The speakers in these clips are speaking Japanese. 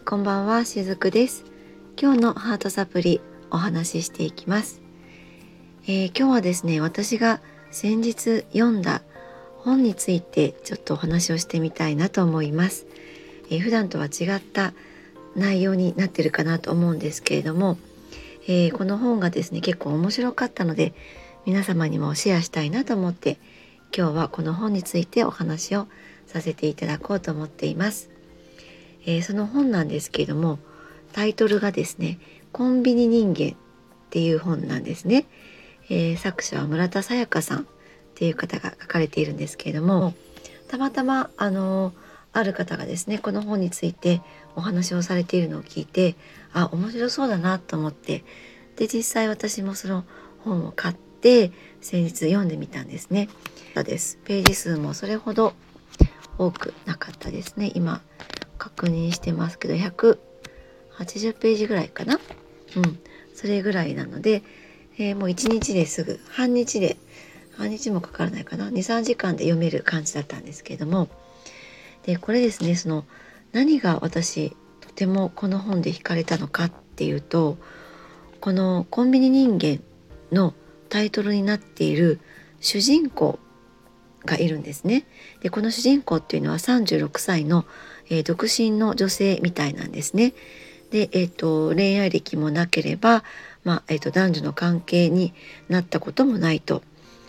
こんばんは、しずくです。今日のハートサプリお話ししていきます。今日はですね、私が先日読んだ本についてちょっとお話をしてみたいなと思います。普段とは違った内容になってるかなと思うんですけれども、この本がですね、結構面白かったので皆様にもシェアしたいなと思って、今日はこの本についてお話をさせていただこうと思っています。その本なんですけれども、タイトルがですね、コンビニ人間っていう本なんですね。作者は村田沙耶香さんっていう方が書かれているんですけれども、たまたまある方がですね、この本についてお話をされているのを聞いて、面白そうだなと思って、で実際私もその本を買って先日読んでみたんですね。ページ数もそれほど多くなかったですね。今確認してますけど180ページぐらいかな。それぐらいなので、もう1日ですぐ半日もかからないかな、2、3時間で読める感じだったんですけれども、でこれですね、その何が私とてもこの本で惹かれたのかっていうと、このコンビニ人間のタイトルになっている主人公がいるんですね。でこの主人公っていうのは36歳の、独身の女性みたいなんですね。で、恋愛歴もなければ、男女の関係になったこともないと、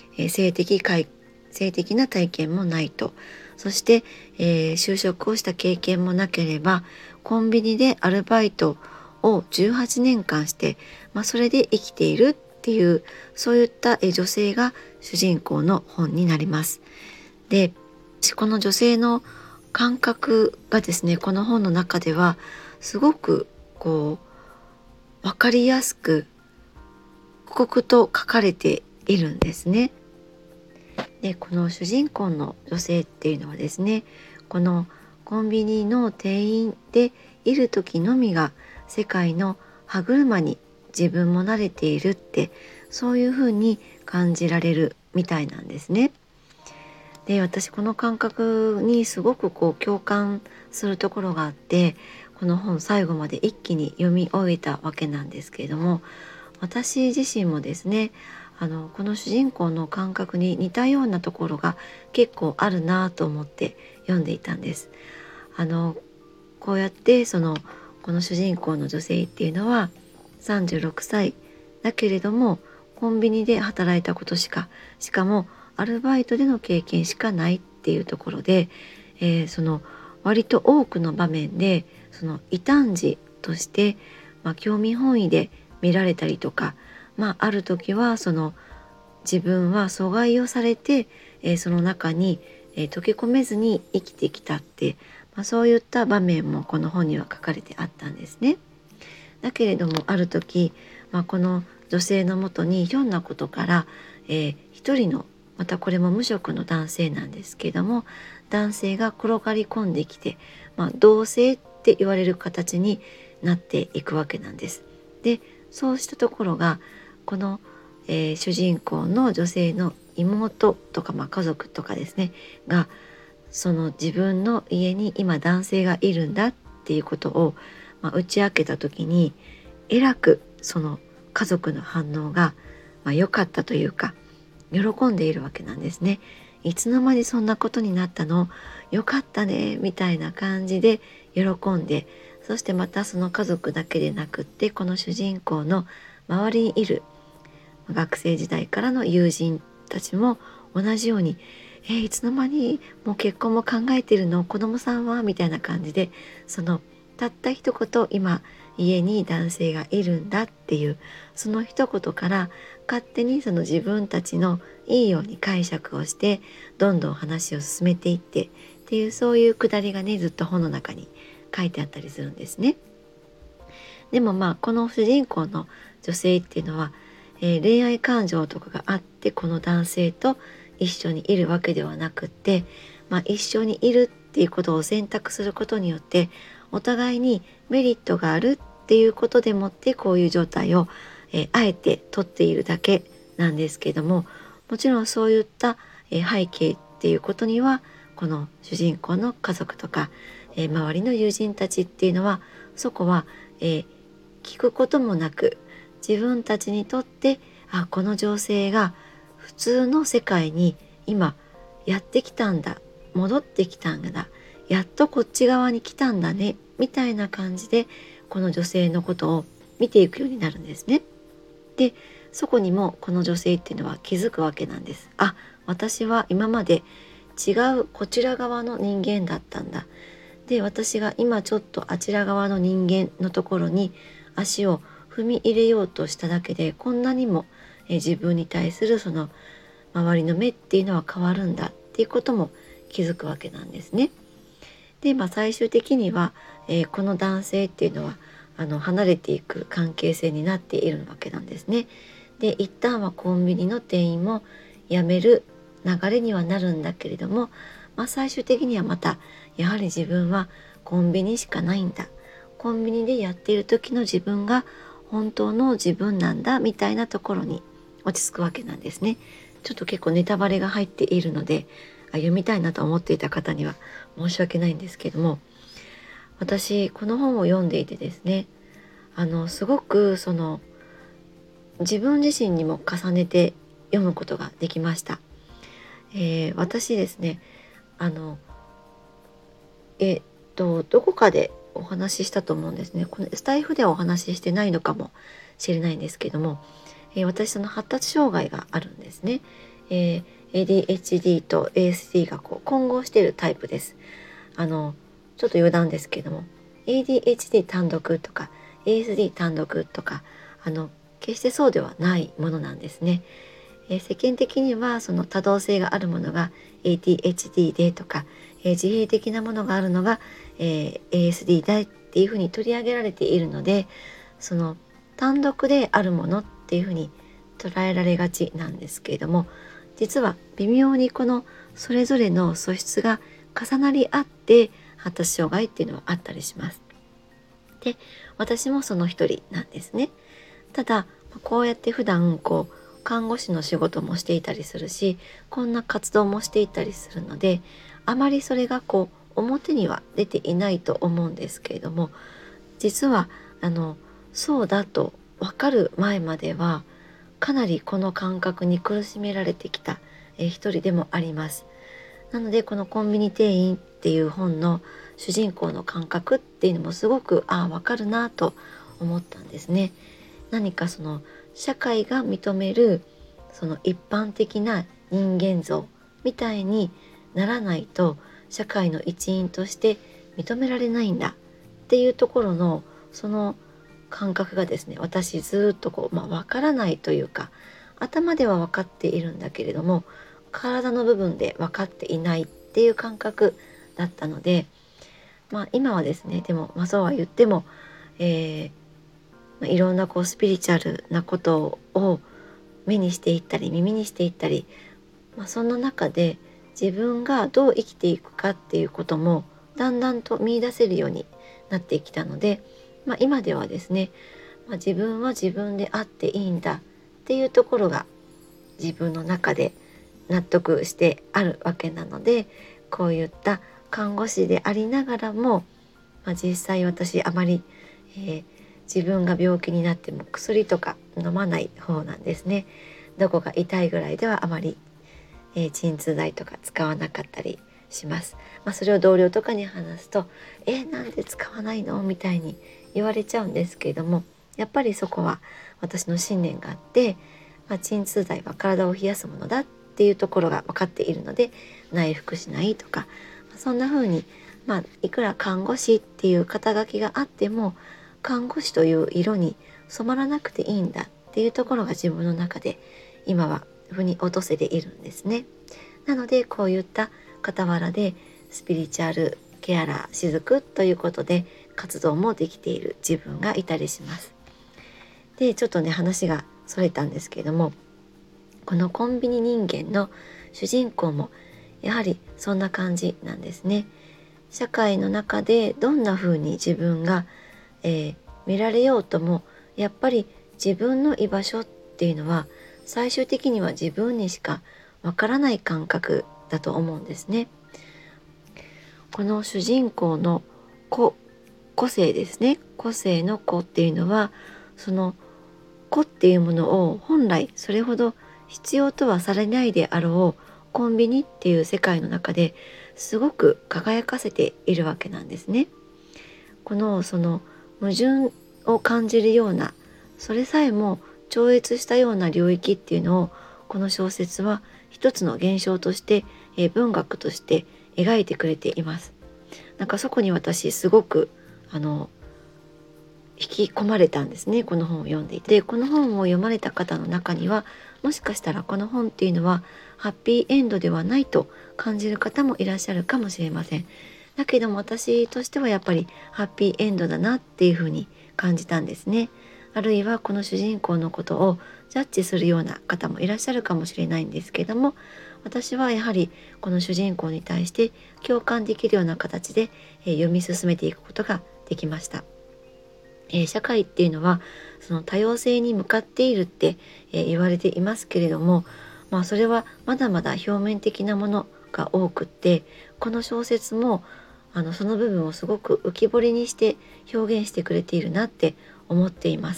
性的な体験もないと、そして、就職をした経験もなければ、コンビニでアルバイトを18年間して、それで生きているっていう、そういった、女性が主人公の本になります。でこの女性の感覚がですね、この本の中ではすごく分かりやすく刻々と書かれているんですね。でこの主人公の女性っていうのはですね、このコンビニの店員でいる時のみが世界の歯車に自分も慣れているって、そういうふうに感じられるみたいなんですね。で私この感覚にすごく共感するところがあって、この本最後まで一気に読み終えたわけなんですけれども、私自身もですね、この主人公の感覚に似たようなところが結構あるなと思って読んでいたんです。こうやってこの主人公の女性っていうのは36歳だけれども、コンビニで働いたことしかもアルバイトでの経験しかないっていうところで、その割と多くの場面でその異端児として、興味本位で見られたりとか、ある時は自分は阻害をされて、その中に、溶け込めずに生きてきたって、そういった場面もこの本には書かれてあったんですね。だけれどもある時、この女性のもとにひょんなことから、一人のまたこれも無職の男性なんですけども、男性が転がり込んできて、同性って言われる形になっていくわけなんです。でそうしたところがこの、主人公の女性の妹とか、家族とかですねが、その自分の家に今男性がいるんだっていうことを、打ち明けた時に、えらくその家族の反応が、良かったというか、喜んでいるわけなんですね。いつの間にそんなことになったの、よかったねみたいな感じで喜んで、そしてまたその家族だけでなくって、この主人公の周りにいる学生時代からの友人たちも同じように、いつの間にもう結婚も考えてるの、子供さんはみたいな感じで、そのたった一言、今家に男性がいるんだっていうその一言から、勝手にその自分たちのいいように解釈をしてどんどん話を進めていってっていう、そういうくだりがね、ずっと本の中に書いてあったりするんですね。でもこの主人公の女性っていうのは、恋愛感情とかがあってこの男性と一緒にいるわけではなくって、一緒にいるっていうことを選択することによってお互いにメリットがあるっていうことでもって、こういう状態を、あえて取っているだけなんですけども、もちろんそういった、背景っていうことにはこの主人公の家族とか、 周りの友人たちっていうのはそこは、聞くこともなく自分たちにとってこの女性が普通の世界に今やってきたんだ、戻ってきたんだ、やっとこっち側に来たんだねみたいな感じでこの女性のことを見ていくようになるんですね。でそこにもこの女性っていうのは気づくわけなんです。私は今まで違うこちら側の人間だったんだ。で私が今ちょっとあちら側の人間のところに足を踏み入れようとしただけでこんなにも自分に対するその周りの目っていうのは変わるんだっていうことも気づくわけなんですね。で、最終的には、この男性っていうのは離れていく関係性になっているわけなんですね。で一旦はコンビニの店員も辞める流れにはなるんだけれども、最終的にはまたやはり自分はコンビニしかないんだ、コンビニでやっている時の自分が本当の自分なんだみたいなところに落ち着くわけなんですね。ちょっと結構ネタバレが入っているので読みたいなと思っていた方には申し訳ないんですけども、私この本を読んでいてですね、すごくその自分自身にも重ねて読むことができました。私ですね、あのどこかでお話ししたと思うんですね。このスタイフではお話ししてないのかもしれないんですけども、私その発達障害があるんですね。ADHD と ASD が混合しているタイプです。ちょっと余談ですけども ADHD 単独とか ASD 単独とか決してそうではないものなんですね。世間的にはその多動性があるものが ADHD でとか、自閉的なものがあるのが、ASD だっていうふうに取り上げられているので、その単独であるものっていうふうに捉えられがちなんですけれども、実は微妙にこのそれぞれの素質が重なり合って発達障害っていうのはあったりします。で私もその一人なんですね。ただこうやって普段看護師の仕事もしていたりするし、こんな活動もしていたりするのであまりそれが表には出ていないと思うんですけれども、実はそうだと分かる前まではかなりこの感覚に苦しめられてきた、一人でもあります。なのでこのコンビニ店員っていう本の主人公の感覚っていうのもすごく分かるなと思ったんですね。何かその社会が認めるその一般的な人間像みたいにならないと社会の一員として認められないんだっていうところのその感覚がですね、私ずっとわからないというか頭では分かっているんだけれども体の部分で分かっていないっていう感覚だったので、今はですねでも、そうは言っても、いろんなスピリチュアルなことを目にしていったり耳にしていったり、その中で自分がどう生きていくかっていうこともだんだんと見出せるようになってきたので、今ではですね、自分は自分であっていいんだっていうところが自分の中で納得してあるわけなので、こういった看護師でありながらも、実際私あまり、自分が病気になっても薬とか飲まない方なんですね。どこが痛いぐらいではあまり、鎮痛剤とか使わなかったりします。それを同僚とかに話すとなんで使わないのみたいに言われちゃうんですけれども、やっぱりそこは私の信念があって、鎮痛剤は体を冷やすものだっていうところが分かっているので内服しないとか、そんな風にいくら看護師っていう肩書きがあっても看護師という色に染まらなくていいんだっていうところが自分の中で今は腑に落とせているんですね。なのでこういった傍らでスピリチュアルケアラー雫ということで活動もできている自分がいたりします。でちょっとね話がそれたんですけれども、このコンビニ人間の主人公もやはりそんな感じなんですね。社会の中でどんな風に自分が、見られようともやっぱり自分の居場所っていうのは最終的には自分にしかわからない感覚だと思うんですね。 この主人公の個性ですね。個性の個っていうのは、その個っていうものを本来それほど必要とはされないであろうコンビニっていう世界の中ですごく輝かせているわけなんですね。その矛盾を感じるような、それさえも超越したような領域っていうのを、この小説は一つの現象として、文学として描いてくれています。なんかそこに私すごく引き込まれたんですね、この本を読んでいて。でこの本を読まれた方の中には、もしかしたらこの本っていうのはハッピーエンドではないと感じる方もいらっしゃるかもしれません。だけども私としてはやっぱりハッピーエンドだなっていうふうに感じたんですね。あるいはこの主人公のことをジャッジするような方もいらっしゃるかもしれないんですけども、私はやはりこの主人公に対して共感できるような形で、読み進めていくことができました。社会っていうのはその多様性に向かっているって、言われていますけれども、それはまだまだ表面的なものが多くって、この小説もその部分をすごく浮き彫りにして表現してくれているなって思っています。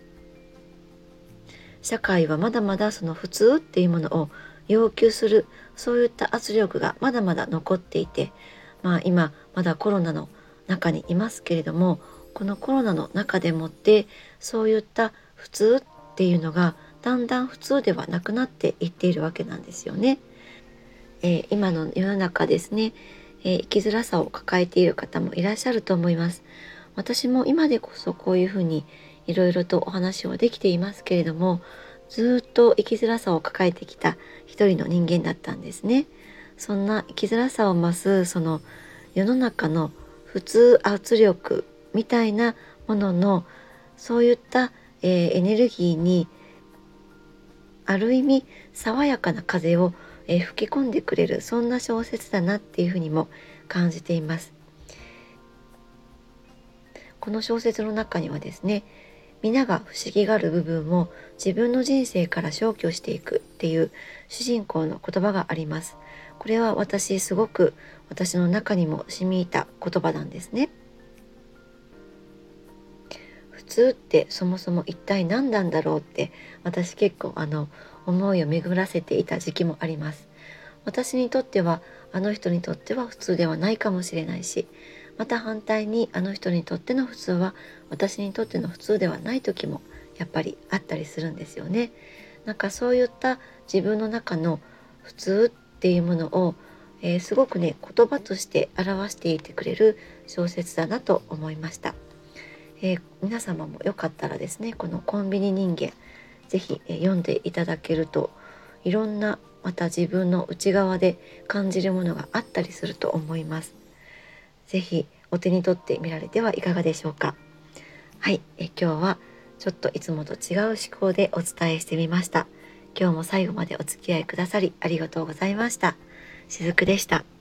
社会はまだまだその普通っていうものを要求する、そういった圧力がまだまだ残っていて、今まだコロナの中にいますけれども、このコロナの中でもってそういった普通っていうのがだんだん普通ではなくなっていっているわけなんですよね。今の世の中ですね、生きづらさを抱えている方もいらっしゃると思います。私も今でこそこういうふうにいろいろとお話をできていますけれども、ずっと生きづらさを抱えてきた一人の人間だったんですね。そんな生きづらさを増すその世の中の普通圧力みたいなものの、そういった、エネルギーにある意味爽やかな風を、吹き込んでくれる、そんな小説だなっていうふうにも感じています。この小説の中にはですね、皆が不思議がある部分を自分の人生から消去していくっていう主人公の言葉があります。これはすごく私の中にも染み入った言葉なんですね。普通ってそもそも一体何なんだろうって、私結構思いを巡らせていた時期もあります。私にとってはあの人にとっては普通ではないかもしれないし、また反対にあの人にとっての普通は私にとっての普通ではない時もやっぱりあったりするんですよね。なんかそういった自分の中の普通っていうものを、すごくね言葉として表していてくれる小説だなと思いました。皆様もよかったらですね、このコンビニ人間ぜひ、読んでいただけると、いろんなまた自分の内側で感じるものがあったりすると思います。ぜひお手に取ってみられてはいかがでしょうか。はい、今日はちょっといつもと違う思考でお伝えしてみました。今日も最後までお付き合いくださりありがとうございました。しずくでした。